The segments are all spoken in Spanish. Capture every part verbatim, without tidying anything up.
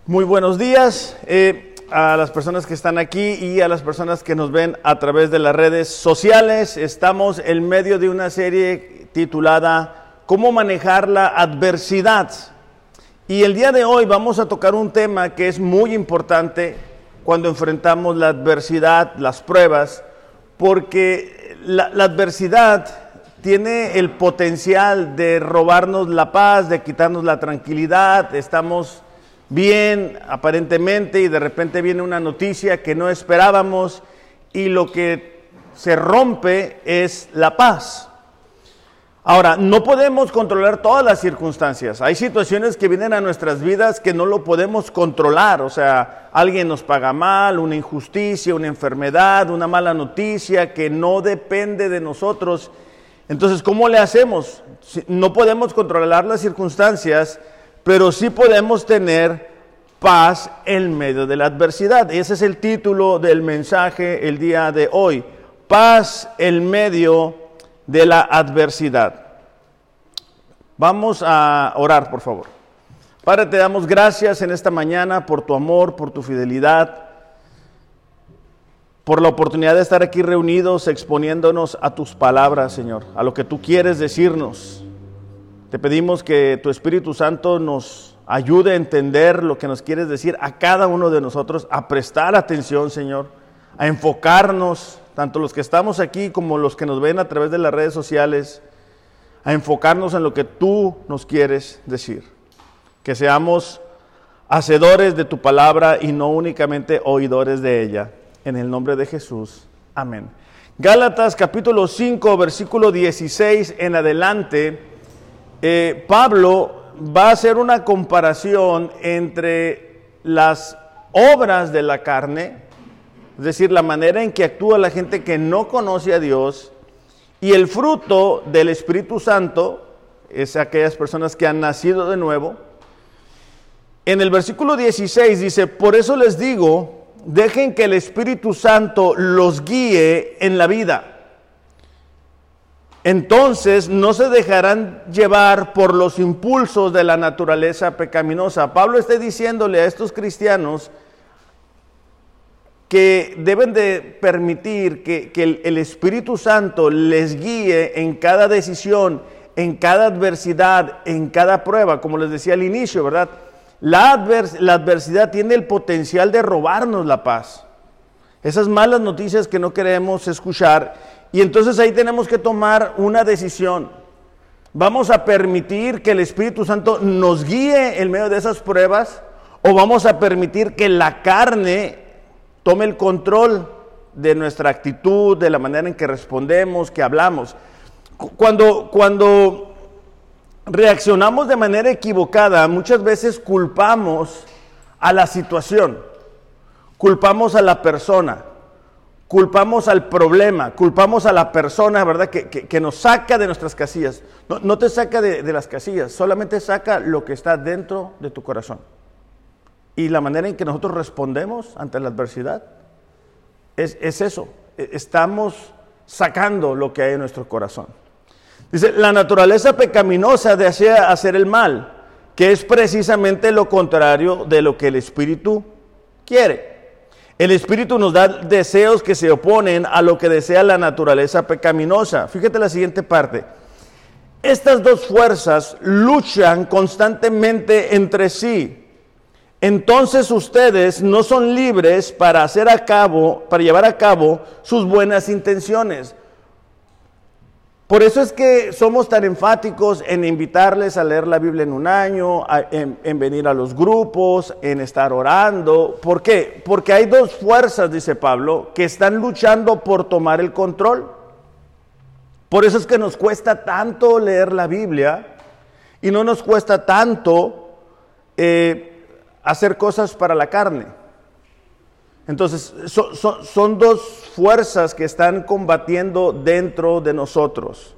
Muy buenos días eh, a las personas que están aquí y a las personas que nos ven a través de las redes sociales. Estamos en medio de una serie titulada ¿Cómo manejar la adversidad? Y el día de hoy vamos a tocar un tema que es muy importante cuando enfrentamos la adversidad, las pruebas, porque la, la adversidad tiene el potencial de robarnos la paz, de quitarnos la tranquilidad. Estamos bien aparentemente y de repente viene una noticia que no esperábamos y lo que se rompe es la paz. Ahora, no podemos controlar todas las circunstancias. Hay situaciones que vienen a nuestras vidas que no lo podemos controlar. O sea, alguien nos paga mal, una injusticia, una enfermedad, una mala noticia que no depende de nosotros. Entonces, ¿cómo le hacemos? No podemos controlar las circunstancias, pero sí podemos tener paz en medio de la adversidad. Ese es el título del mensaje el día de hoy. Paz en medio de la adversidad. Vamos a orar, por favor. Padre, te damos gracias en esta mañana por tu amor, por tu fidelidad, por la oportunidad de estar aquí reunidos exponiéndonos a tus palabras, Señor, a lo que tú quieres decirnos. Te pedimos que tu Espíritu Santo nos ayude a entender lo que nos quieres decir a cada uno de nosotros, a prestar atención, Señor, a enfocarnos, tanto los que estamos aquí como los que nos ven a través de las redes sociales, a enfocarnos en lo que tú nos quieres decir. Que seamos hacedores de tu palabra y no únicamente oidores de ella. En el nombre de Jesús. Amén. Gálatas capítulo cinco, versículo dieciséis en adelante, eh, Pablo va a hacer una comparación entre las obras de la carne, es decir, la manera en que actúa la gente que no conoce a Dios, y el fruto del Espíritu Santo, es aquellas personas que han nacido de nuevo. En el versículo dieciséis dice, por eso les digo, dejen que el Espíritu Santo los guíe en la vida. Entonces no se dejarán llevar por los impulsos de la naturaleza pecaminosa. Pablo está diciéndole a estos cristianos que deben de permitir que, que el, el Espíritu Santo les guíe en cada decisión, en cada adversidad, en cada prueba, como les decía al inicio, ¿verdad? La, advers- la adversidad tiene el potencial de robarnos la paz. Esas malas noticias que no queremos escuchar. Y entonces ahí tenemos que tomar una decisión. ¿Vamos a permitir que el Espíritu Santo nos guíe en medio de esas pruebas? ¿O vamos a permitir que la carne tome el control de nuestra actitud, de la manera en que respondemos, que hablamos? Cuando... cuando reaccionamos de manera equivocada, muchas veces culpamos a la situación, culpamos a la persona, culpamos al problema, culpamos a la persona, ¿verdad?, que, que, que nos saca de nuestras casillas. No, no te saca de, de las casillas, solamente saca lo que está dentro de tu corazón. Y la manera en que nosotros respondemos ante la adversidad es, es eso, estamos sacando lo que hay en nuestro corazón. Dice, la naturaleza pecaminosa desea hacer el mal, que es precisamente lo contrario de lo que el Espíritu quiere. El Espíritu nos da deseos que se oponen a lo que desea la naturaleza pecaminosa. Fíjate la siguiente parte. Estas dos fuerzas luchan constantemente entre sí. Entonces ustedes no son libres para hacer a cabo, para llevar a cabo sus buenas intenciones. Por eso es que somos tan enfáticos en invitarles a leer la Biblia en un año, a, en, en venir a los grupos, en estar orando. ¿Por qué? Porque hay dos fuerzas, dice Pablo, que están luchando por tomar el control. Por eso es que nos cuesta tanto leer la Biblia y no nos cuesta tanto eh, hacer cosas para la carne. Entonces, so, so, son dos fuerzas que están combatiendo dentro de nosotros.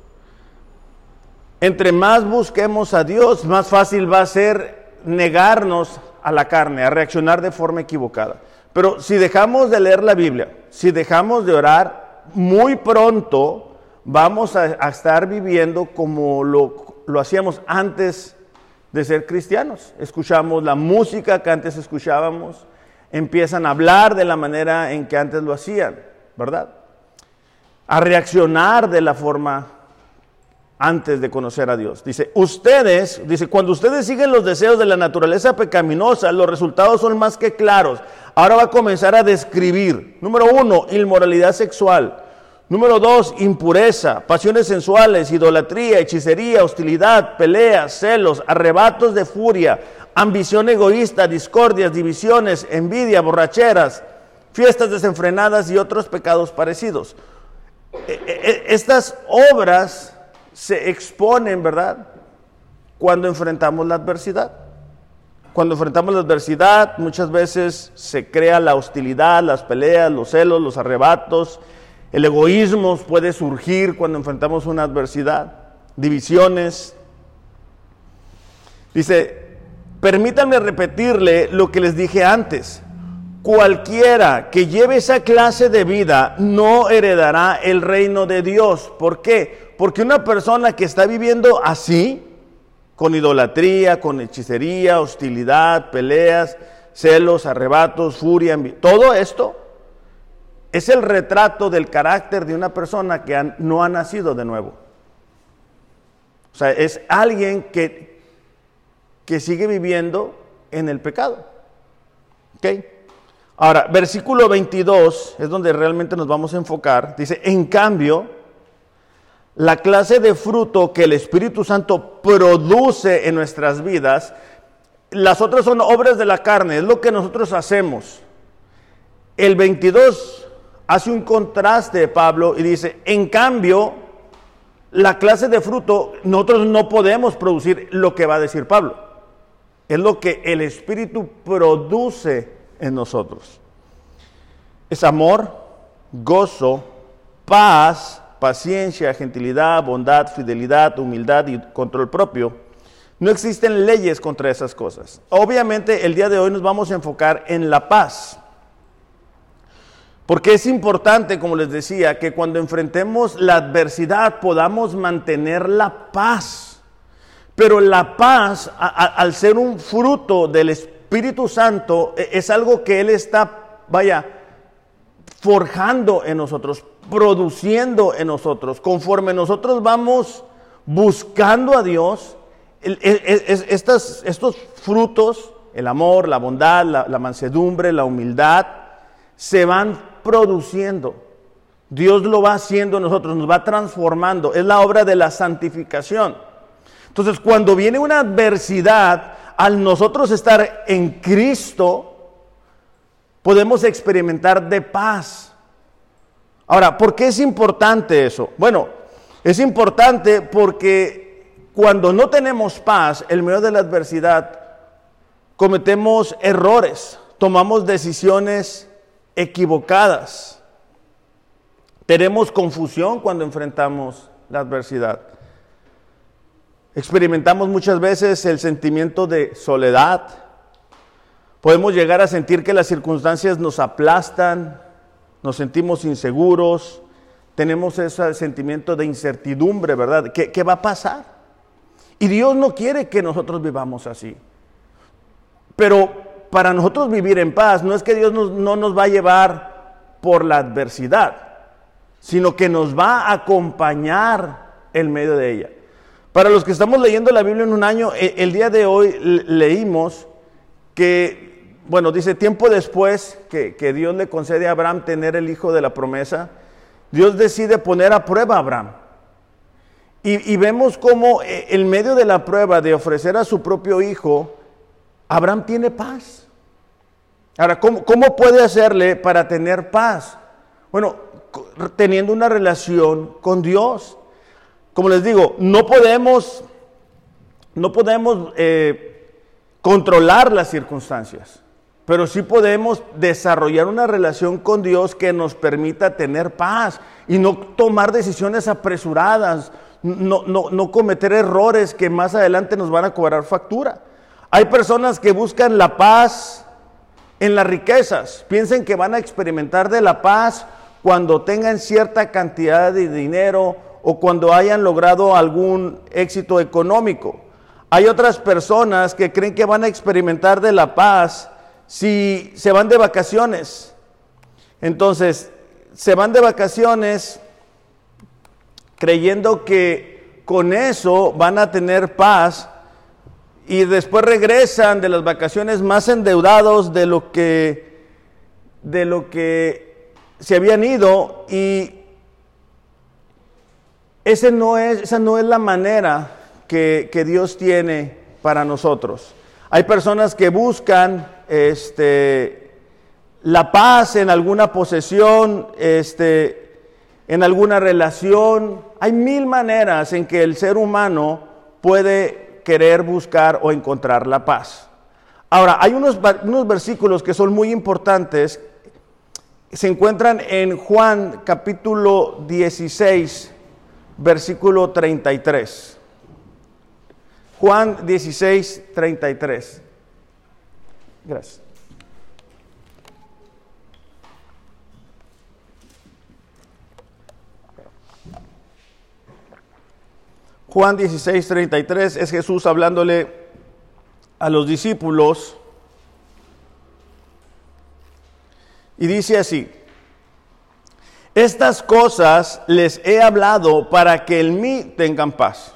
Entre más busquemos a Dios, más fácil va a ser negarnos a la carne, a reaccionar de forma equivocada. Pero si dejamos de leer la Biblia, si dejamos de orar, muy pronto vamos a, a estar viviendo como lo, lo hacíamos antes de ser cristianos. Escuchamos la música que antes escuchábamos, empiezan a hablar de la manera en que antes lo hacían, ¿verdad? A reaccionar de la forma antes de conocer a Dios. Dice, ustedes, dice, cuando ustedes siguen los deseos de la naturaleza pecaminosa, los resultados son más que claros. Ahora va a comenzar a describir. Número uno, inmoralidad sexual. Número dos, impureza, pasiones sensuales, idolatría, hechicería, hostilidad, peleas, celos, arrebatos de furia, ambición egoísta, discordias, divisiones, envidia, borracheras, fiestas desenfrenadas y otros pecados parecidos. Estas obras se exponen, ¿verdad?, cuando enfrentamos la adversidad. Cuando enfrentamos la adversidad, muchas veces se crea la hostilidad, las peleas, los celos, los arrebatos. El egoísmo puede surgir cuando enfrentamos una adversidad, divisiones. Dice, permítanme repetirle lo que les dije antes. Cualquiera que lleve esa clase de vida no heredará el reino de Dios. ¿Por qué? Porque una persona que está viviendo así, con idolatría, con hechicería, hostilidad, peleas, celos, arrebatos, furia, todo esto es el retrato del carácter de una persona que han, no ha nacido de nuevo. O sea, es alguien que, que sigue viviendo en el pecado. ¿Ok? Ahora, versículo veintidós es donde realmente nos vamos a enfocar. Dice, en cambio, la clase de fruto que el Espíritu Santo produce en nuestras vidas, las otras son obras de la carne, es lo que nosotros hacemos. El veintidós hace un contraste, Pablo, y dice, en cambio, la clase de fruto, nosotros no podemos producir lo que va a decir Pablo. Es lo que el Espíritu produce en nosotros. Es amor, gozo, paz, paciencia, gentilidad, bondad, fidelidad, humildad y control propio. No existen leyes contra esas cosas. Obviamente, el día de hoy nos vamos a enfocar en la paz. Porque es importante, como les decía, que cuando enfrentemos la adversidad podamos mantener la paz. Pero la paz, a, a, al ser un fruto del Espíritu Santo, es algo que Él está, vaya, forjando en nosotros, produciendo en nosotros. Conforme nosotros vamos buscando a Dios, el, el, el, estos, estos frutos, el amor, la bondad, la, la mansedumbre, la humildad, se van produciendo. Dios lo va haciendo en nosotros, nos va transformando. Es la obra de la santificación. Entonces, cuando viene una adversidad, al nosotros estar en Cristo, podemos experimentar de paz. Ahora, ¿por qué es importante eso? Bueno, es importante porque cuando no tenemos paz, en medio de la adversidad, cometemos errores, tomamos decisiones equivocadas. Tenemos confusión cuando enfrentamos la adversidad. Experimentamos muchas veces el sentimiento de soledad. Podemos llegar a sentir que las circunstancias nos aplastan, nos sentimos inseguros, tenemos ese sentimiento de incertidumbre, ¿verdad? ¿Qué, qué va a pasar? Y Dios no quiere que nosotros vivamos así. Pero para nosotros vivir en paz, no es que Dios nos, no nos va a llevar por la adversidad, sino que nos va a acompañar en medio de ella. Para los que estamos leyendo la Biblia en un año, el día de hoy leímos que, bueno, dice, tiempo después que, que Dios le concede a Abraham tener el hijo de la promesa, Dios decide poner a prueba a Abraham. Y, y vemos cómo en medio de la prueba de ofrecer a su propio hijo, Abraham tiene paz. Ahora, ¿cómo, cómo puede hacerle para tener paz? Bueno, teniendo una relación con Dios. Como les digo, no podemos, no podemos eh, controlar las circunstancias, pero sí podemos desarrollar una relación con Dios que nos permita tener paz y no tomar decisiones apresuradas, no, no, no cometer errores que más adelante nos van a cobrar factura. Hay personas que buscan la paz en las riquezas, piensan que van a experimentar de la paz cuando tengan cierta cantidad de dinero o cuando hayan logrado algún éxito económico. Hay otras personas que creen que van a experimentar de la paz si se van de vacaciones. Entonces, se van de vacaciones creyendo que con eso van a tener paz y después regresan de las vacaciones más endeudados de lo que, de lo que se habían ido, y ese no es, esa no es la manera que, que Dios tiene para nosotros. Hay personas que buscan este, la paz en alguna posesión, este, en alguna relación. Hay mil maneras en que el ser humano puede querer buscar o encontrar la paz. Ahora, hay unos, unos versículos que son muy importantes. Se encuentran en Juan capítulo dieciséis, versículo treinta y tres. Juan dieciséis, treinta y tres. Gracias. Juan dieciséis, treinta y tres es Jesús hablándole a los discípulos y dice así: estas cosas les he hablado para que en mí tengan paz.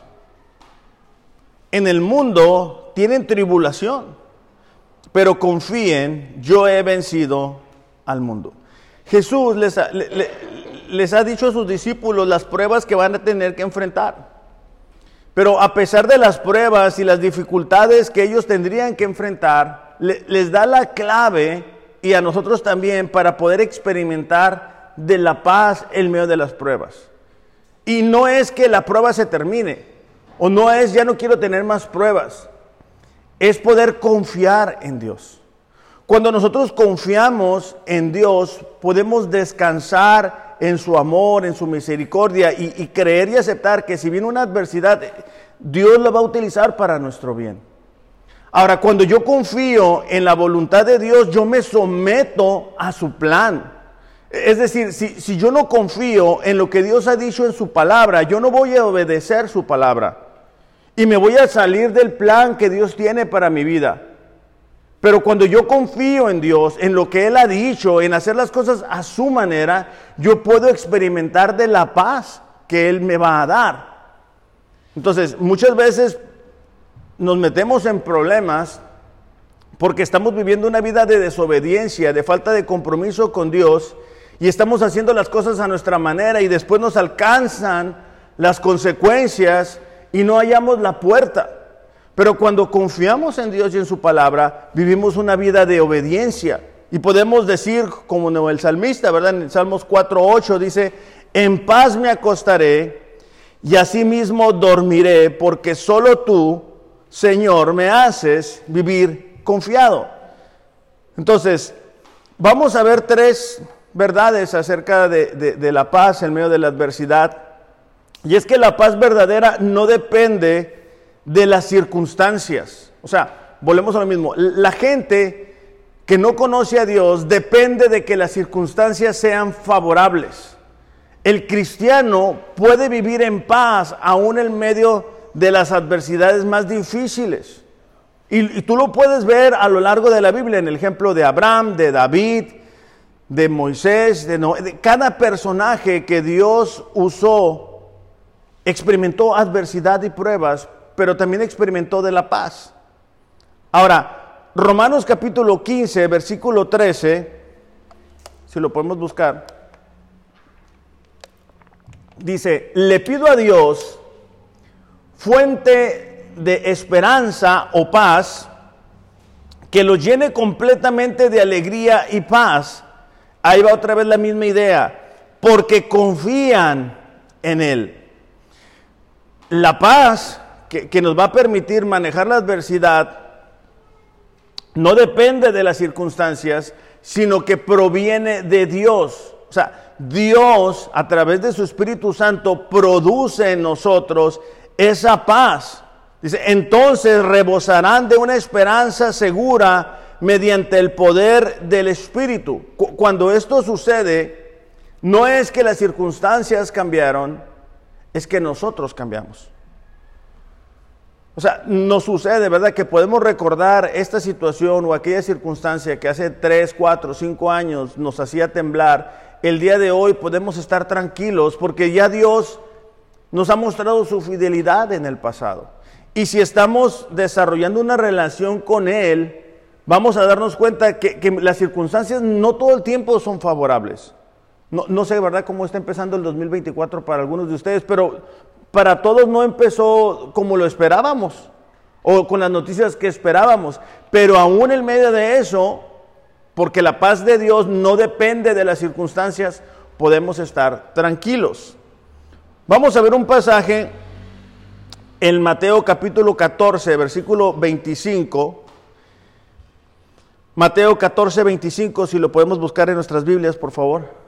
En el mundo tienen tribulación, pero confíen, yo he vencido al mundo. Jesús les ha, le, les ha dicho a sus discípulos las pruebas que van a tener que enfrentar. Pero a pesar de las pruebas y las dificultades que ellos tendrían que enfrentar, le, les da la clave, y a nosotros también, para poder experimentar de la paz en medio de las pruebas. Y no es que la prueba se termine, o no es ya no quiero tener más pruebas, es poder confiar en Dios. Cuando nosotros confiamos en Dios, podemos descansar en su amor, en su misericordia, y, y creer y aceptar que si viene una adversidad, Dios la va a utilizar para nuestro bien. Ahora, cuando yo confío en la voluntad de Dios, yo me someto a su plan. Es decir, si, si yo no confío en lo que Dios ha dicho en su palabra, yo no voy a obedecer su palabra y me voy a salir del plan que Dios tiene para mi vida. Pero cuando yo confío en Dios, en lo que Él ha dicho, en hacer las cosas a su manera, yo puedo experimentar de la paz que Él me va a dar. Entonces, muchas veces nos metemos en problemas porque estamos viviendo una vida de desobediencia, de falta de compromiso con Dios, y estamos haciendo las cosas a nuestra manera y después nos alcanzan las consecuencias y no hallamos la puerta. Pero cuando confiamos en Dios y en su palabra, vivimos una vida de obediencia. Y podemos decir, como el salmista, ¿verdad? En Salmos cuatro ocho dice: en paz me acostaré y asimismo dormiré, porque solo tú, Señor, me haces vivir confiado. Entonces, vamos a ver tres verdades acerca de, de, de la paz en medio de la adversidad. Y es que la paz verdadera no depende de las circunstancias. O sea, volvemos a lo mismo. La gente que no conoce a Dios depende de que las circunstancias sean favorables. El cristiano puede vivir en paz aún en medio de las adversidades más difíciles. Y, y tú lo puedes ver a lo largo de la Biblia, en el ejemplo de Abraham, de David, de Moisés, de Noé. De cada personaje que Dios usó experimentó adversidad y pruebas, pero también experimentó de la paz. Ahora, Romanos capítulo quince, versículo trece, si lo podemos buscar, dice: le pido a Dios, fuente de esperanza o paz, que los llene completamente de alegría y paz. Ahí va otra vez la misma idea, porque confían en Él. La paz que, que nos va a permitir manejar la adversidad no depende de las circunstancias, sino que proviene de Dios. O sea, Dios, a través de su Espíritu Santo, produce en nosotros esa paz. Dice: entonces rebosarán de una esperanza segura mediante el poder del Espíritu. Cuando esto sucede, no es que las circunstancias cambiaron, es que nosotros cambiamos. O sea, nos sucede, ¿verdad?, que podemos recordar esta situación o aquella circunstancia que hace tres, cuatro, cinco años nos hacía temblar. El día de hoy podemos estar tranquilos porque ya Dios nos ha mostrado su fidelidad en el pasado. Y si estamos desarrollando una relación con Él, vamos a darnos cuenta que, que las circunstancias no todo el tiempo son favorables. No, no sé, ¿verdad?, cómo está empezando el dos mil veinticuatro para algunos de ustedes, pero para todos no empezó como lo esperábamos o con las noticias que esperábamos. Pero aún en medio de eso, porque la paz de Dios no depende de las circunstancias, podemos estar tranquilos. Vamos a ver un pasaje en Mateo capítulo catorce, versículo veinticinco. Mateo catorce, veinticinco, si lo podemos buscar en nuestras Biblias, por favor.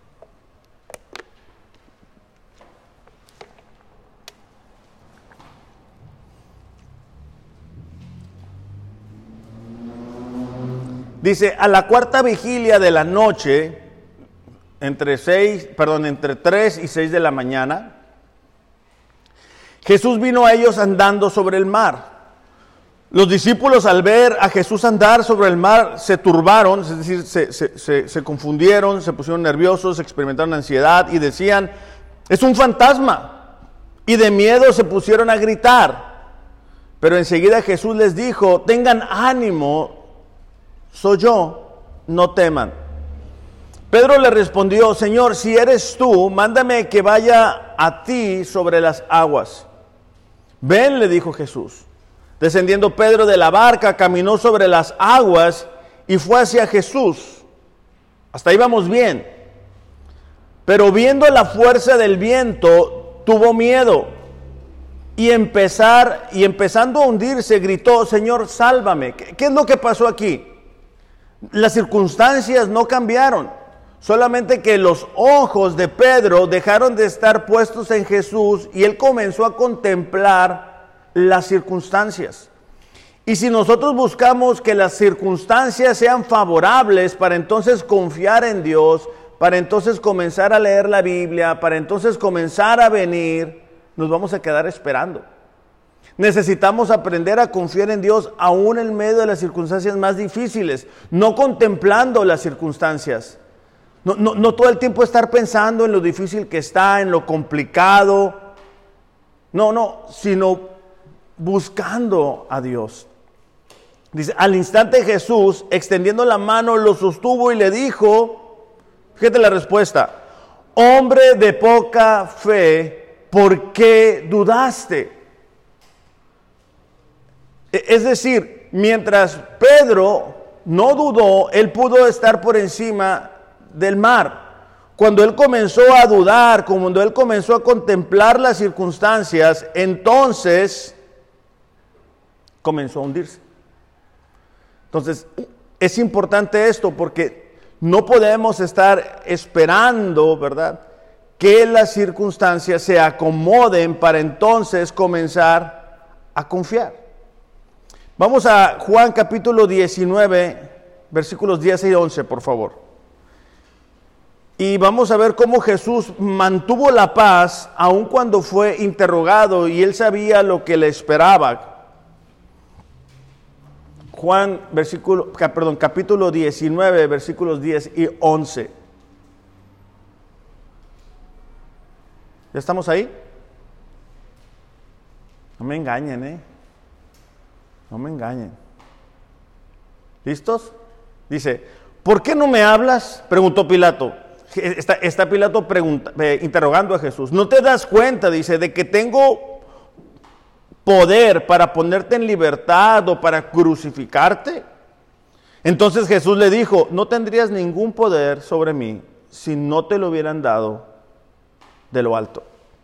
Dice, a la cuarta vigilia de la noche, entre seis, perdón, entre tres y seis de la mañana, Jesús vino a ellos andando sobre el mar. Los discípulos, al ver a Jesús andar sobre el mar, se turbaron, es decir, se, se, se, se confundieron, se pusieron nerviosos, experimentaron ansiedad y decían, es un fantasma. Y de miedo se pusieron a gritar. Pero enseguida Jesús les dijo, tengan ánimo, soy yo, no teman. Pedro le respondió, Señor, si eres tú, mándame que vaya a ti sobre las aguas. Ven, le dijo Jesús. Descendiendo Pedro de la barca, caminó sobre las aguas y fue hacia Jesús. Hasta ahí vamos bien. Pero viendo la fuerza del viento, tuvo miedo. Y, empezar, y empezando a hundirse, gritó, Señor, sálvame. ¿Qué, qué es lo que pasó aquí? Las circunstancias no cambiaron, solamente que los ojos de Pedro dejaron de estar puestos en Jesús y él comenzó a contemplar las circunstancias. Y si nosotros buscamos que las circunstancias sean favorables para entonces confiar en Dios, para entonces comenzar a leer la Biblia, para entonces comenzar a venir, nos vamos a quedar esperando. Necesitamos aprender a confiar en Dios aún en medio de las circunstancias más difíciles, no contemplando las circunstancias. No, no, no todo el tiempo estar pensando en lo difícil que está, en lo complicado. No, no, sino buscando a Dios. Dice, al instante Jesús, extendiendo la mano, lo sostuvo y le dijo, fíjate la respuesta, hombre de poca fe, ¿por qué dudaste? Es decir, mientras Pedro no dudó, él pudo estar por encima del mar. Cuando él comenzó a dudar, cuando él comenzó a contemplar las circunstancias, entonces comenzó a hundirse. Entonces, es importante esto porque no podemos estar esperando, ¿verdad?, que las circunstancias se acomoden para entonces comenzar a confiar. Vamos a Juan capítulo diecinueve, versículos diez y once, por favor. Y vamos a ver cómo Jesús mantuvo la paz aun cuando fue interrogado y él sabía lo que le esperaba. Juan, versículo, perdón, capítulo diecinueve, versículos diez y once. ¿Ya estamos ahí? No me engañen, ¿eh? No me engañen. ¿Listos? Dice, ¿por qué no me hablas?, preguntó Pilato. Está, está Pilato pregunta, eh, interrogando a Jesús. ¿No te das cuenta, dice, de que tengo poder para ponerte en libertad o para crucificarte? Entonces Jesús le dijo, no tendrías ningún poder sobre mí si no te lo hubieran dado de lo alto.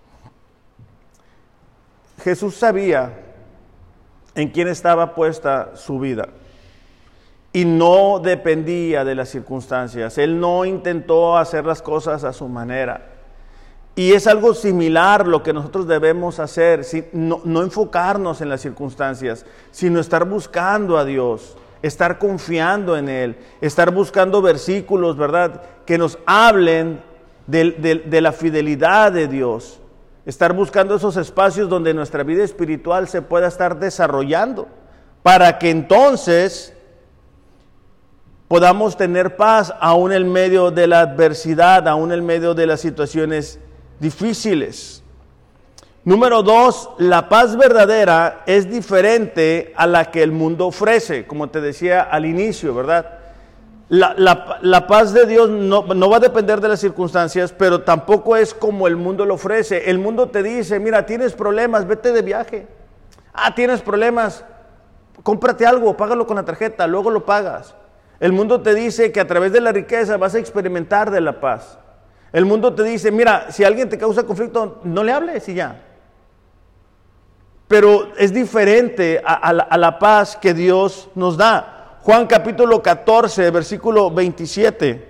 Jesús sabía en quién estaba puesta su vida y no dependía de las circunstancias. Él no intentó hacer las cosas a su manera. Y es algo similar lo que nosotros debemos hacer, no, no enfocarnos en las circunstancias, sino estar buscando a Dios, estar confiando en Él, estar buscando versículos, ¿verdad?, que nos hablen de, de, de la fidelidad de Dios. estar buscando esos espacios donde nuestra vida espiritual se pueda estar desarrollando, para que entonces podamos tener paz aún en medio de la adversidad, aún en medio de las situaciones difíciles. Número dos, la paz verdadera es diferente a la que el mundo ofrece, como te decía al inicio, ¿verdad? La, la, la paz de Dios no, no va a depender de las circunstancias, pero tampoco es como el mundo lo ofrece. El mundo te dice, mira, tienes problemas, vete de viaje. Ah, tienes problemas, cómprate algo, págalo con la tarjeta, luego lo pagas. El mundo te dice que a través de la riqueza vas a experimentar de la paz. El mundo te dice, mira, si alguien te causa conflicto, no le hables y ya. Pero es diferente a, a, la, a la paz que Dios nos da. Juan capítulo catorce, versículo veintisiete.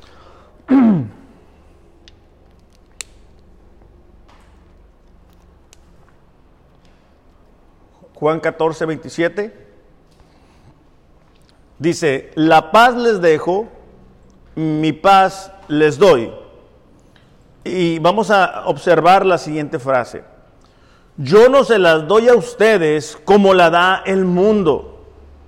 Juan catorce, veintisiete. Dice, la paz les dejo, mi paz les doy. Y vamos a observar la siguiente frase. Yo no se las doy a ustedes como la da el mundo.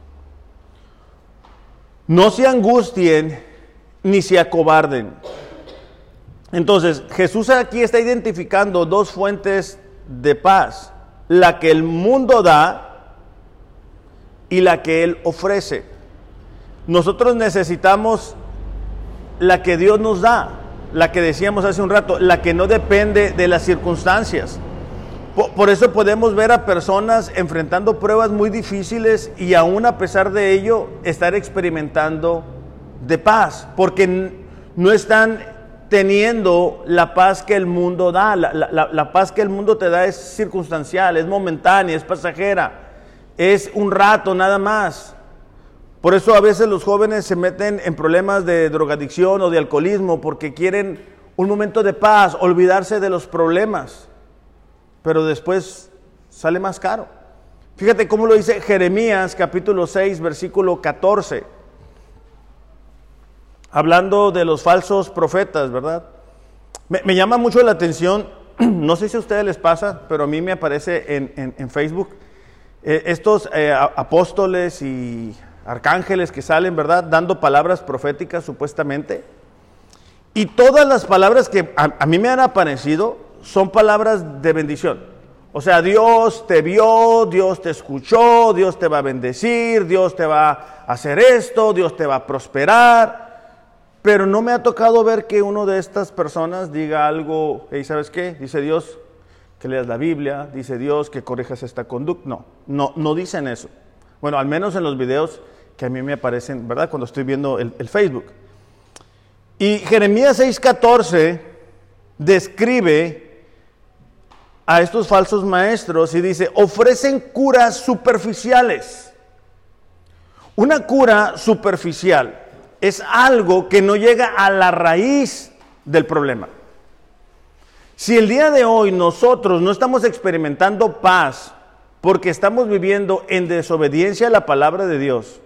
No se angustien ni se acobarden. Entonces, Jesús aquí está identificando dos fuentes de paz. La que el mundo da y la que Él ofrece. Nosotros necesitamos la que Dios nos da, la que decíamos hace un rato, la que no depende de las circunstancias. Por, por eso podemos ver a personas enfrentando pruebas muy difíciles y aún a pesar de ello estar experimentando de paz, porque no están teniendo la paz que el mundo da. La, la, la paz que el mundo te da es circunstancial, es momentánea, es pasajera, es un rato nada más. Por eso a veces los jóvenes se meten en problemas de drogadicción o de alcoholismo porque quieren un momento de paz, olvidarse de los problemas, pero después sale más caro. Fíjate cómo lo dice Jeremías capítulo seis, versículo catorce. Hablando de los falsos profetas, ¿verdad? Me, me llama mucho la atención, no sé si a ustedes les pasa, pero a mí me aparece en, en, en Facebook, eh, estos eh, apóstoles y arcángeles que salen, ¿verdad? Dando palabras proféticas supuestamente. Y todas las palabras que a, a mí me han aparecido son palabras de bendición. O sea, Dios te vio, Dios te escuchó, Dios te va a bendecir, Dios te va a hacer esto, Dios te va a prosperar. Pero no me ha tocado ver que uno de estas personas diga algo, hey, ¿sabes qué? Dice Dios que leas la Biblia, dice Dios que corrijas esta conducta. No, no, no dicen eso. Bueno, al menos en los videos que a mí me aparecen, ¿verdad? Cuando estoy viendo el, el Facebook. Y Jeremías seis catorce describe a estos falsos maestros y dice, ofrecen curas superficiales. Una cura superficial es algo que no llega a la raíz del problema. Si el día de hoy nosotros no estamos experimentando paz porque estamos viviendo en desobediencia a la palabra de Dios,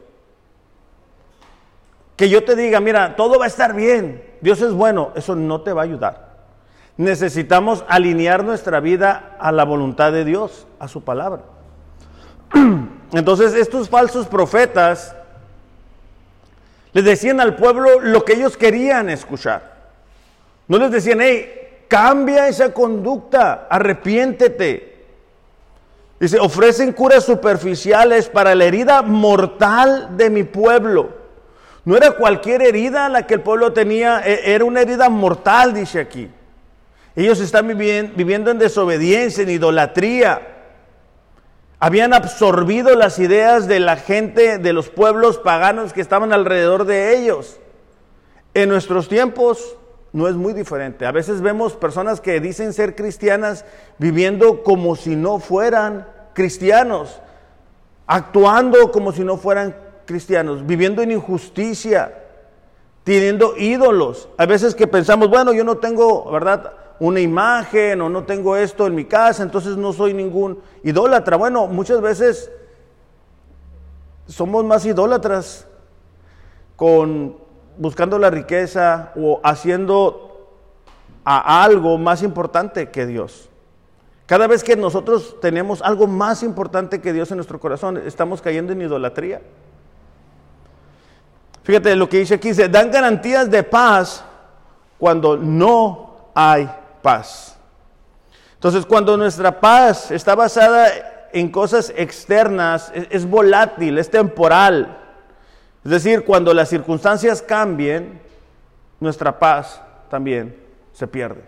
que yo te diga, mira, todo va a estar bien, Dios es bueno, eso no te va a ayudar. Necesitamos alinear nuestra vida a la voluntad de Dios, a su palabra. Entonces, estos falsos profetas les decían al pueblo lo que ellos querían escuchar. No les decían, hey, cambia esa conducta, arrepiéntete. Dice, ofrecen curas superficiales para la herida mortal de mi pueblo. No era cualquier herida la que el pueblo tenía, era una herida mortal, dice aquí. Ellos están viviendo, viviendo en desobediencia, en idolatría. Habían absorbido las ideas de la gente, de los pueblos paganos que estaban alrededor de ellos. En nuestros tiempos no es muy diferente. A veces vemos personas que dicen ser cristianas viviendo como si no fueran cristianos, actuando como si no fueran cristianos, viviendo en injusticia, teniendo ídolos. A veces que pensamos, bueno, yo no tengo, ¿verdad?, una imagen o no tengo esto en mi casa, entonces no soy ningún idólatra. Bueno, muchas veces somos más idólatras con buscando la riqueza o haciendo a algo más importante que Dios. Cada vez que nosotros tenemos algo más importante que Dios en nuestro corazón, estamos cayendo en idolatría. Fíjate lo que dice aquí, se dan garantías de paz cuando no hay paz. Entonces, cuando nuestra paz está basada en cosas externas, es, es volátil, es temporal. Es decir, cuando las circunstancias cambien, nuestra paz también se pierde.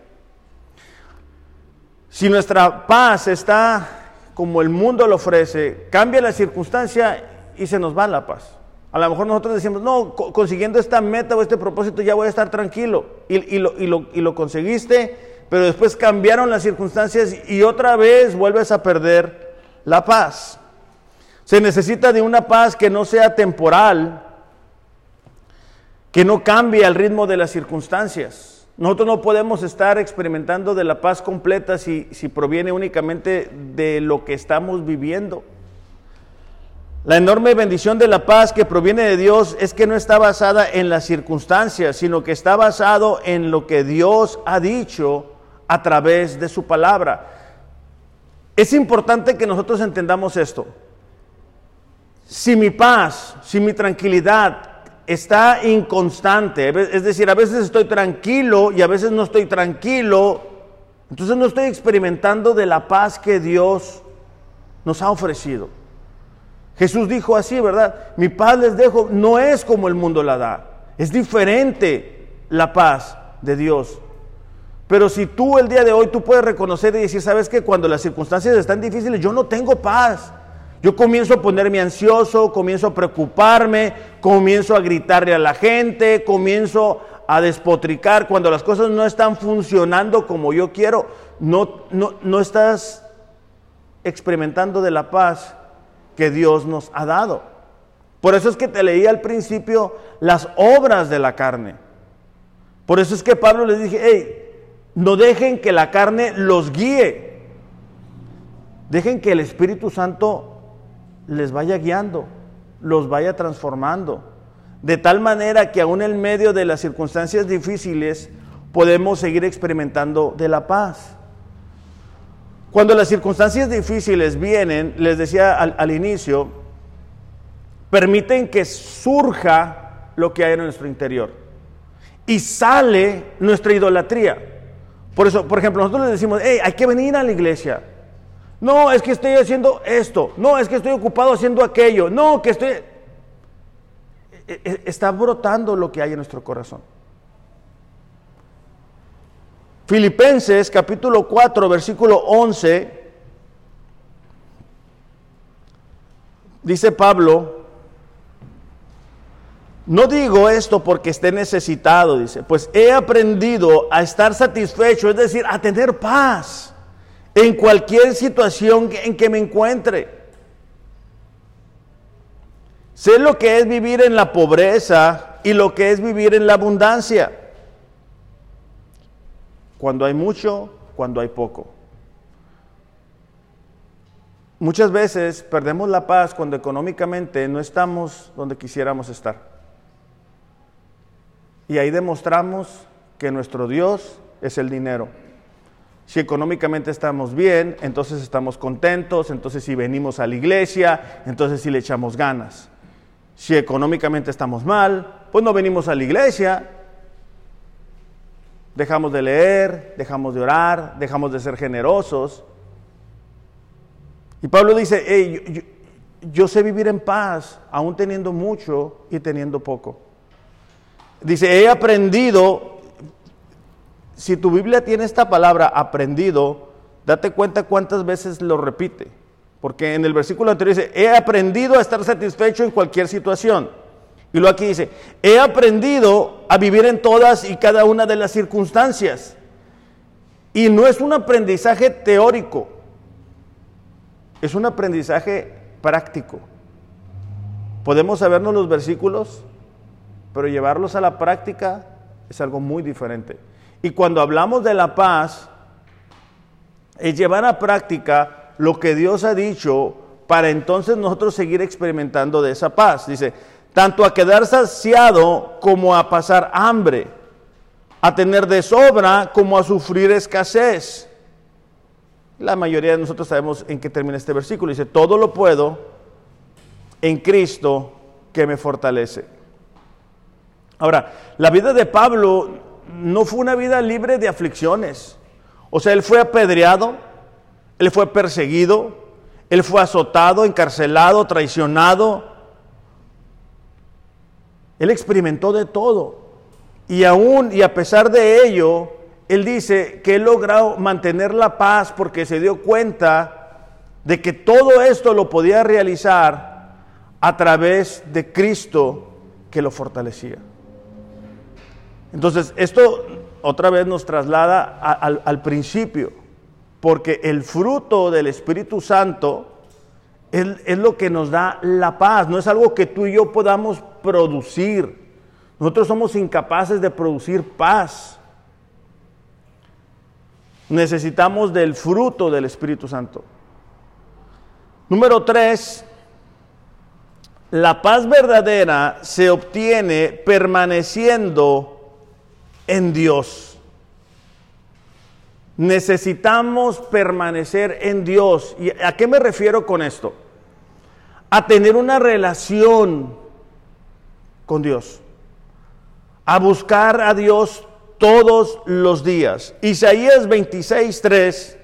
Si nuestra paz está como el mundo lo ofrece, cambia la circunstancia y se nos va la paz. A lo mejor nosotros decimos, no, consiguiendo esta meta o este propósito ya voy a estar tranquilo. Y, y, lo, y, lo, y lo conseguiste, pero después cambiaron las circunstancias y otra vez vuelves a perder la paz. Se necesita de una paz que no sea temporal, que no cambie al ritmo de las circunstancias. Nosotros no podemos estar experimentando de la paz completa si, si proviene únicamente de lo que estamos viviendo. La enorme bendición de la paz que proviene de Dios es que no está basada en las circunstancias, sino que está basado en lo que Dios ha dicho a través de su palabra. Es importante que nosotros entendamos esto. Si mi paz, si mi tranquilidad está inconstante, es decir, a veces estoy tranquilo y a veces no estoy tranquilo, entonces no estoy experimentando de la paz que Dios nos ha ofrecido. Jesús dijo así, ¿verdad? Mi paz les dejo, no es como el mundo la da, es diferente la paz de Dios. Pero si tú el día de hoy tú puedes reconocer y decir, ¿sabes qué? Cuando las circunstancias están difíciles, yo no tengo paz. Yo comienzo a ponerme ansioso, comienzo a preocuparme, comienzo a gritarle a la gente, comienzo a despotricar. Cuando las cosas no están funcionando como yo quiero, no, no, no estás experimentando de la paz que Dios nos ha dado. Por eso es que te leí al principio las obras de la carne. Por eso es que Pablo les dije, hey, no dejen que la carne los guíe. Dejen que el Espíritu Santo les vaya guiando, los vaya transformando, de tal manera que aún en medio de las circunstancias difíciles podemos seguir experimentando de la paz. Cuando las circunstancias difíciles vienen, les decía al, al inicio, permiten que surja lo que hay en nuestro interior y sale nuestra idolatría. Por eso, por ejemplo, nosotros les decimos, hey, hay que venir a la iglesia. No, es que estoy haciendo esto. No, es que estoy ocupado haciendo aquello. No, que estoy... Está brotando lo que hay en nuestro corazón. Filipenses capítulo cuatro, versículo once. Dice Pablo, no digo esto porque esté necesitado, dice, pues he aprendido a estar satisfecho, es decir, a tener paz en cualquier situación en que me encuentre. Sé lo que es vivir en la pobreza y lo que es vivir en la abundancia. Cuando hay mucho, cuando hay poco. Muchas veces perdemos la paz cuando económicamente no estamos donde quisiéramos estar. Y ahí demostramos que nuestro Dios es el dinero. Si económicamente estamos bien, entonces estamos contentos, entonces si venimos a la iglesia, entonces si le echamos ganas. Si económicamente estamos mal, pues no venimos a la iglesia, dejamos de leer, dejamos de orar, dejamos de ser generosos. Y Pablo dice, hey, yo, yo, yo sé vivir en paz, aún teniendo mucho y teniendo poco. Dice, he aprendido. Si tu Biblia tiene esta palabra, aprendido, date cuenta cuántas veces lo repite. Porque en el versículo anterior dice, he aprendido a estar satisfecho en cualquier situación. Y luego aquí dice, he aprendido a vivir en todas y cada una de las circunstancias. Y no es un aprendizaje teórico, es un aprendizaje práctico. Podemos sabernos los versículos, pero llevarlos a la práctica es algo muy diferente. Y cuando hablamos de la paz, es llevar a práctica lo que Dios ha dicho para entonces nosotros seguir experimentando de esa paz. Dice, tanto a quedar saciado como a pasar hambre, a tener de sobra como a sufrir escasez. La mayoría de nosotros sabemos en qué termina este versículo. Dice, todo lo puedo en Cristo que me fortalece. Ahora, la vida de Pablo no fue una vida libre de aflicciones. O sea, él fue apedreado, él fue perseguido, él fue azotado, encarcelado, traicionado. Él experimentó de todo. Y aún y a pesar de ello, él dice que él logró mantener la paz porque se dio cuenta de que todo esto lo podía realizar a través de Cristo que lo fortalecía. Entonces, esto otra vez nos traslada a, al, al principio, porque el fruto del Espíritu Santo es, es lo que nos da la paz, no es algo que tú y yo podamos producir. Nosotros somos incapaces de producir paz. Necesitamos del fruto del Espíritu Santo. Número tres, la paz verdadera se obtiene permaneciendo en Dios. Necesitamos permanecer en Dios. ¿Y a qué me refiero con esto? A tener una relación con Dios, a buscar a Dios todos los días. Isaías veintiséis, tres.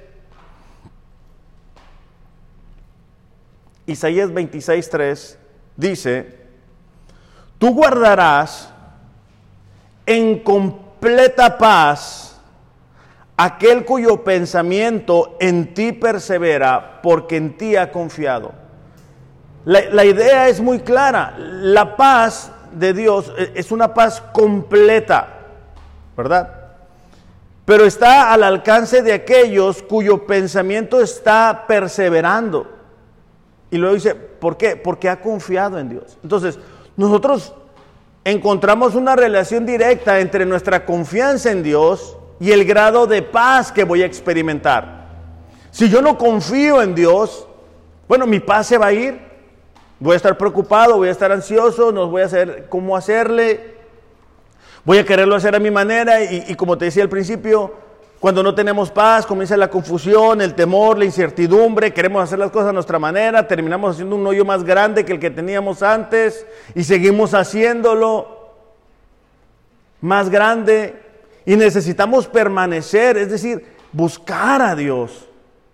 Isaías veintiséis, tres dice, tú guardarás en completa paz aquel cuyo pensamiento en ti persevera, porque en ti ha confiado. La, la idea es muy clara. La paz de Dios es una paz completa, ¿verdad? Pero está al alcance de aquellos cuyo pensamiento está perseverando. Y luego dice, ¿por qué? Porque ha confiado en Dios. Entonces, nosotros encontramos una relación directa entre nuestra confianza en Dios y el grado de paz que voy a experimentar. Si yo no confío en Dios, bueno, mi paz se va a ir. Voy a estar preocupado, voy a estar ansioso, no voy a saber cómo hacerle. Voy a quererlo hacer a mi manera y, y como te decía al principio, cuando no tenemos paz, comienza la confusión, el temor, la incertidumbre, queremos hacer las cosas a nuestra manera, terminamos haciendo un hoyo más grande que el que teníamos antes y seguimos haciéndolo más grande y necesitamos permanecer, es decir, buscar a Dios.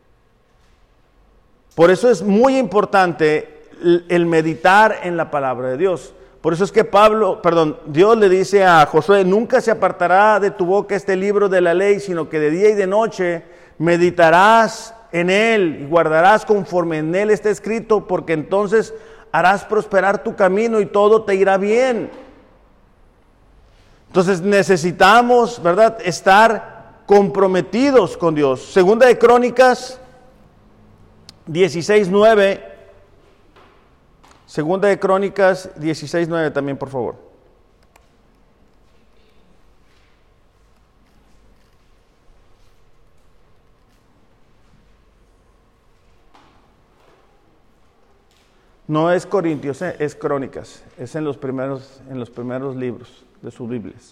Por eso es muy importante el, el meditar en la palabra de Dios. Por eso es que Pablo, perdón, Dios le dice a Josué, nunca se apartará de tu boca este libro de la ley, sino que de día y de noche meditarás en él y guardarás conforme en él está escrito, porque entonces harás prosperar tu camino y todo te irá bien. Entonces necesitamos, ¿verdad?, estar comprometidos con Dios. Segunda de Crónicas dieciséis, nueve. Segunda de Crónicas dieciséis, nueve también, por favor. No es Corintios, eh, es Crónicas. Es en los primeros, en los primeros libros de sus Biblias.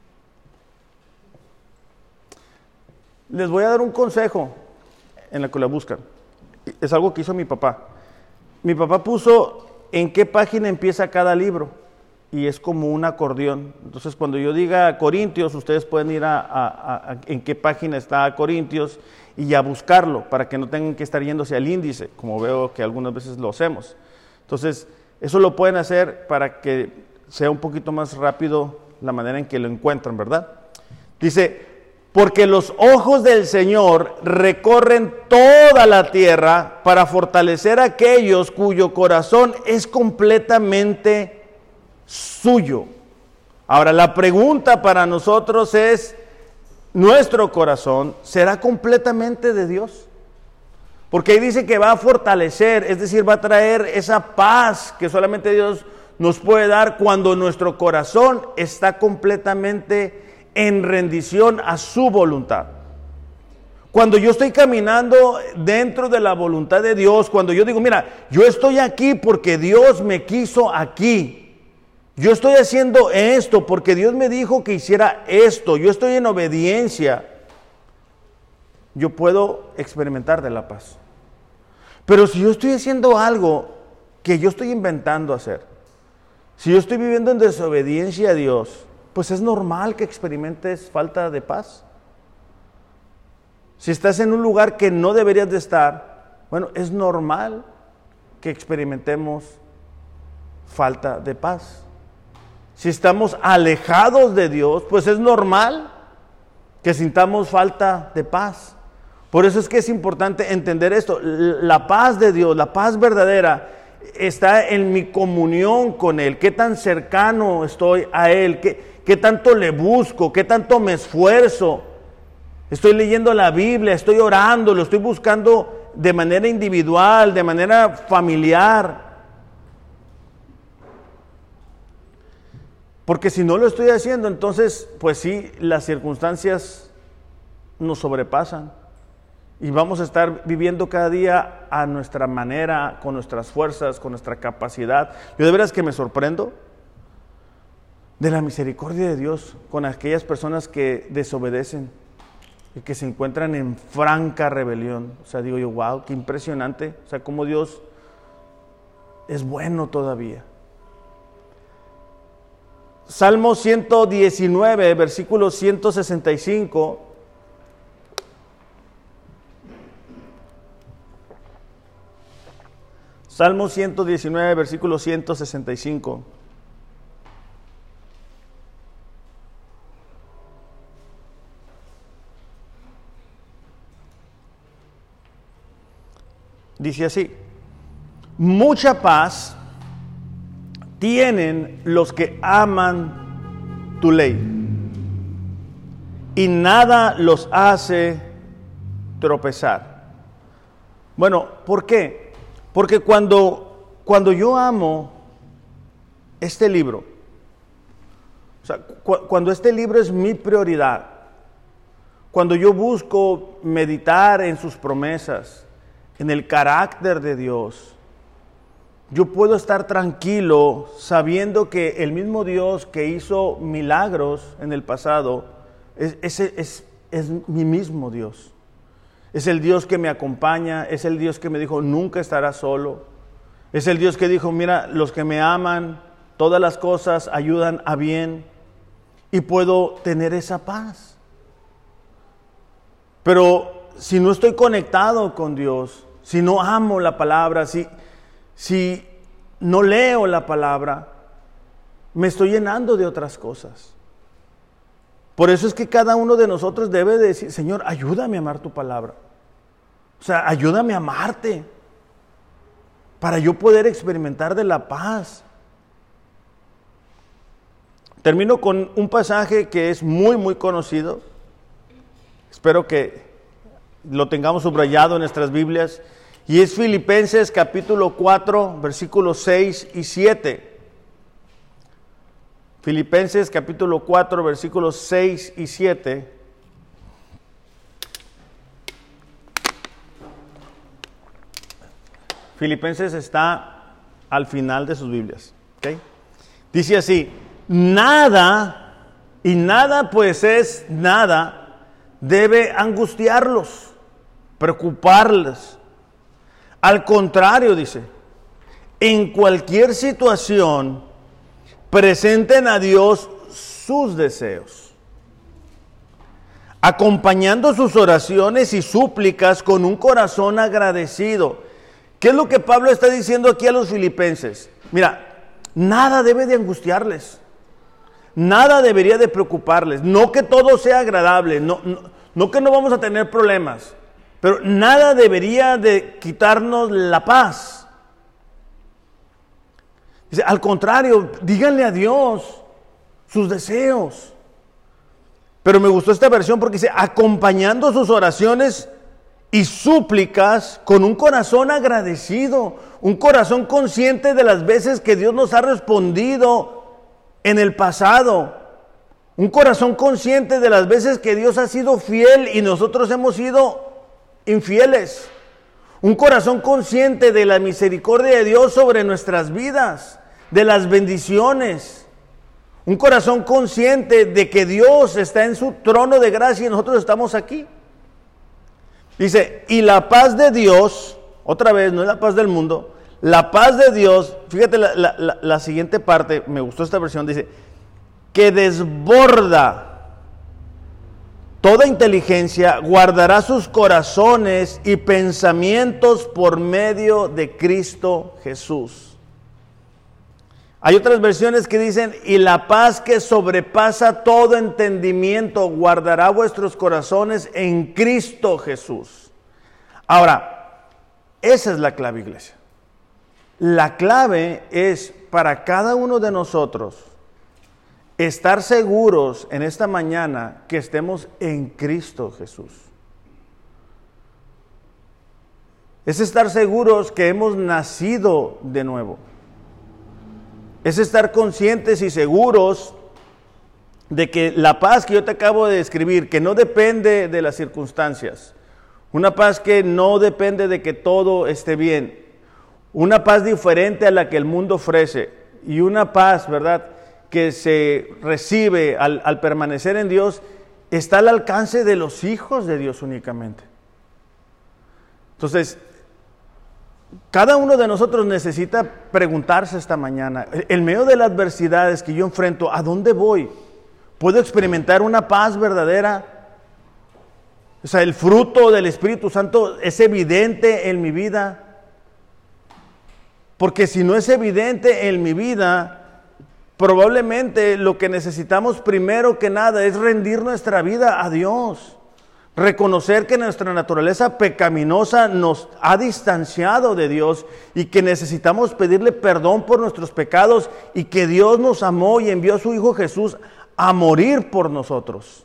Les voy a dar un consejo en la que la buscan. Es algo que hizo mi papá. Mi papá puso en qué página empieza cada libro y es como un acordeón. Entonces cuando yo diga Corintios, ustedes pueden ir a, a, a en qué página está Corintios y a buscarlo para que no tengan que estar yéndose al índice, como veo que algunas veces lo hacemos. Entonces eso lo pueden hacer para que sea un poquito más rápido la manera en que lo encuentran, ¿verdad? Dice, porque los ojos del Señor recorren toda la tierra para fortalecer a aquellos cuyo corazón es completamente suyo. Ahora, la pregunta para nosotros es, ¿nuestro corazón será completamente de Dios? Porque ahí dice que va a fortalecer, es decir, va a traer esa paz que solamente Dios nos puede dar cuando nuestro corazón está completamente en rendición a su voluntad. Cuando yo estoy caminando dentro de la voluntad de Dios, cuando yo digo, mira, yo estoy aquí porque Dios me quiso aquí. Yo estoy haciendo esto porque Dios me dijo que hiciera esto. Yo estoy en obediencia. yo puedo experimentar de la paz. Pero si yo estoy haciendo algo que yo estoy inventando hacer, si yo estoy viviendo en desobediencia a Dios, pues es normal que experimentes falta de paz. Si estás en un lugar que no deberías de estar, bueno, es normal que experimentemos falta de paz. Si estamos alejados de Dios, pues es normal que sintamos falta de paz. Por eso es que es importante entender esto. La paz de Dios, la paz verdadera, está en mi comunión con Él. ¿Qué tan cercano estoy a Él? ¿Qué, qué tanto le busco? ¿Qué tanto me esfuerzo? Estoy leyendo la Biblia, estoy orando, lo estoy buscando de manera individual, de manera familiar. Porque si no lo estoy haciendo, entonces, pues sí, las circunstancias nos sobrepasan. Y vamos a estar viviendo cada día a nuestra manera, con nuestras fuerzas, con nuestra capacidad. Yo de veras que me sorprendo de la misericordia de Dios con aquellas personas que desobedecen y que se encuentran en franca rebelión. O sea, digo yo, wow, qué impresionante. O sea, cómo Dios es bueno todavía. Salmo ciento diecinueve, versículo ciento sesenta y cinco. Salmo ciento diecinueve, versículo ciento sesenta y cinco. Dice así: mucha paz tienen los que aman tu ley, y nada los hace tropezar. Bueno, ¿por qué? Porque cuando, cuando yo amo este libro, o sea, cu- cuando este libro es mi prioridad, cuando yo busco meditar en sus promesas, en el carácter de Dios, yo puedo estar tranquilo sabiendo que el mismo Dios que hizo milagros en el pasado, es, es, es, es mi mismo Dios. Es el Dios que me acompaña, es el Dios que me dijo, nunca estarás solo. Es el Dios que dijo, mira, los que me aman, todas las cosas ayudan a bien. Y puedo tener esa paz. Pero si no estoy conectado con Dios, si no amo la palabra, si, si no leo la palabra, me estoy llenando de otras cosas. Por eso es que cada uno de nosotros debe decir, Señor, ayúdame a amar tu palabra. O sea, ayúdame a amarte para yo poder experimentar de la paz. Termino con un pasaje que es muy, muy conocido. Espero que lo tengamos subrayado en nuestras Biblias. Y es Filipenses capítulo cuatro, versículos seis y siete. Filipenses capítulo cuatro, versículos seis y siete. Filipenses está al final de sus Biblias. ¿Okay? Dice así: nada, y nada pues es nada, debe angustiarlos, preocuparles. Al contrario, dice, en cualquier situación, presenten a Dios sus deseos, acompañando sus oraciones y súplicas con un corazón agradecido. ¿Qué es lo que Pablo está diciendo aquí a los filipenses? Mira, nada debe de angustiarles, nada debería de preocuparles, no que todo sea agradable, no, no, no que no vamos a tener problemas, pero nada debería de quitarnos la paz. Dice, al contrario, díganle a Dios sus deseos. Pero me gustó esta versión porque dice, acompañando sus oraciones y súplicas con un corazón agradecido, un corazón consciente de las veces que Dios nos ha respondido en el pasado, un corazón consciente de las veces que Dios ha sido fiel y nosotros hemos sido infieles, un corazón consciente de la misericordia de Dios sobre nuestras vidas, de las bendiciones, un corazón consciente de que Dios está en su trono de gracia y nosotros estamos aquí. Dice, y la paz de Dios, otra vez, no es la paz del mundo, la paz de Dios, fíjate la, la, la, la siguiente parte, me gustó esta versión, dice, que desborda toda inteligencia, guardará sus corazones y pensamientos por medio de Cristo Jesús. Hay otras versiones que dicen, y la paz que sobrepasa todo entendimiento, guardará vuestros corazones en Cristo Jesús. Ahora, esa es la clave, iglesia. La clave es para cada uno de nosotros estar seguros en esta mañana que estemos en Cristo Jesús. Es estar seguros que hemos nacido de nuevo. Es estar conscientes y seguros de que la paz que yo te acabo de describir, que no depende de las circunstancias, una paz que no depende de que todo esté bien, una paz diferente a la que el mundo ofrece y una paz, ¿verdad?, que se recibe al, al permanecer en Dios, está al alcance de los hijos de Dios únicamente. Entonces, cada uno de nosotros necesita preguntarse esta mañana, en medio de las adversidades que yo enfrento, ¿a dónde voy? ¿Puedo experimentar una paz verdadera? O sea, el fruto del Espíritu Santo es evidente en mi vida. Porque si no es evidente en mi vida, probablemente lo que necesitamos primero que nada es rendir nuestra vida a Dios. Reconocer que nuestra naturaleza pecaminosa nos ha distanciado de Dios y que necesitamos pedirle perdón por nuestros pecados y que Dios nos amó y envió a su Hijo Jesús a morir por nosotros.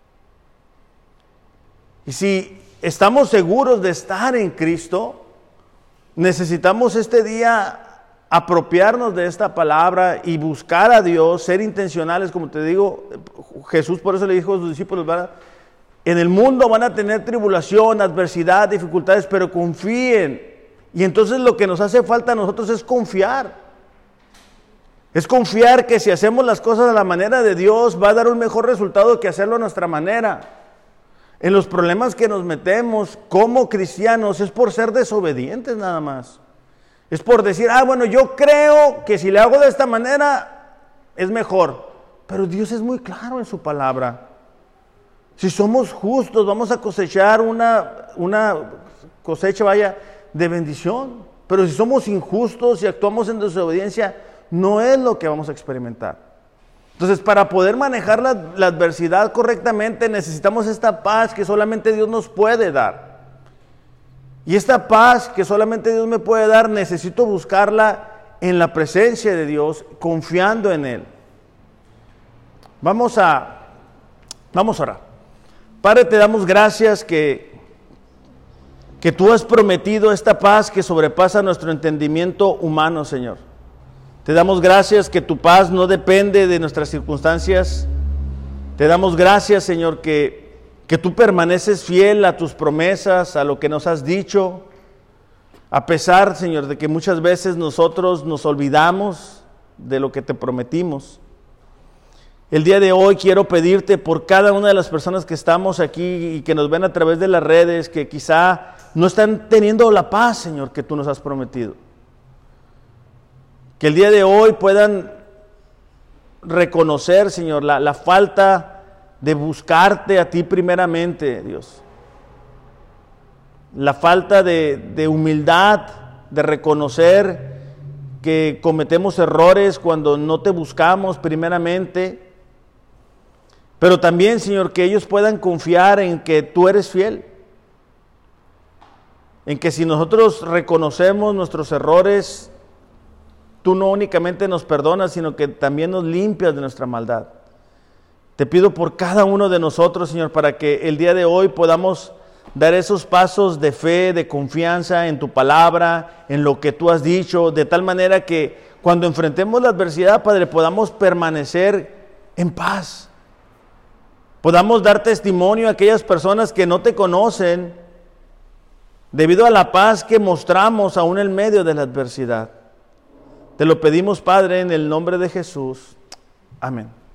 Y si estamos seguros de estar en Cristo, necesitamos este día apropiarnos de esta palabra y buscar a Dios, ser intencionales, como te digo. Jesús por eso le dijo a sus discípulos, ¿verdad? En el mundo van a tener tribulación, adversidad, dificultades, pero confíen. Y entonces lo que nos hace falta a nosotros es confiar. Es confiar que si hacemos las cosas a la manera de Dios, va a dar un mejor resultado que hacerlo a nuestra manera. En los problemas que nos metemos como cristianos es por ser desobedientes nada más. Es por decir, ah, bueno, yo creo que si le hago de esta manera es mejor. Pero Dios es muy claro en su palabra. Si somos justos, vamos a cosechar una, una cosecha, vaya, de bendición. Pero si somos injustos y actuamos en desobediencia, no es lo que vamos a experimentar. Entonces, para poder manejar la, la adversidad correctamente, necesitamos esta paz que solamente Dios nos puede dar. Y esta paz que solamente Dios me puede dar, necesito buscarla en la presencia de Dios, confiando en Él. Vamos a, vamos a orar. Padre, te damos gracias que, que tú has prometido esta paz que sobrepasa nuestro entendimiento humano, Señor. Te damos gracias que tu paz no depende de nuestras circunstancias. Te damos gracias, Señor, que, que tú permaneces fiel a tus promesas, a lo que nos has dicho, a pesar, Señor, de que muchas veces nosotros nos olvidamos de lo que te prometimos. El día de hoy quiero pedirte por cada una de las personas que estamos aquí y que nos ven a través de las redes, que quizá no están teniendo la paz, Señor, que tú nos has prometido. Que el día de hoy puedan reconocer, Señor, la, la falta de buscarte a ti primeramente, Dios. La falta de, de humildad, de reconocer que cometemos errores cuando no te buscamos primeramente. Pero también, Señor, que ellos puedan confiar en que tú eres fiel. En que si nosotros reconocemos nuestros errores, tú no únicamente nos perdonas, sino que también nos limpias de nuestra maldad. Te pido por cada uno de nosotros, Señor, para que el día de hoy podamos dar esos pasos de fe, de confianza en tu palabra, en lo que tú has dicho, de tal manera que cuando enfrentemos la adversidad, Padre, podamos permanecer en paz. Podamos dar testimonio a aquellas personas que no te conocen debido a la paz que mostramos aún en medio de la adversidad. Te lo pedimos, Padre, en el nombre de Jesús. Amén.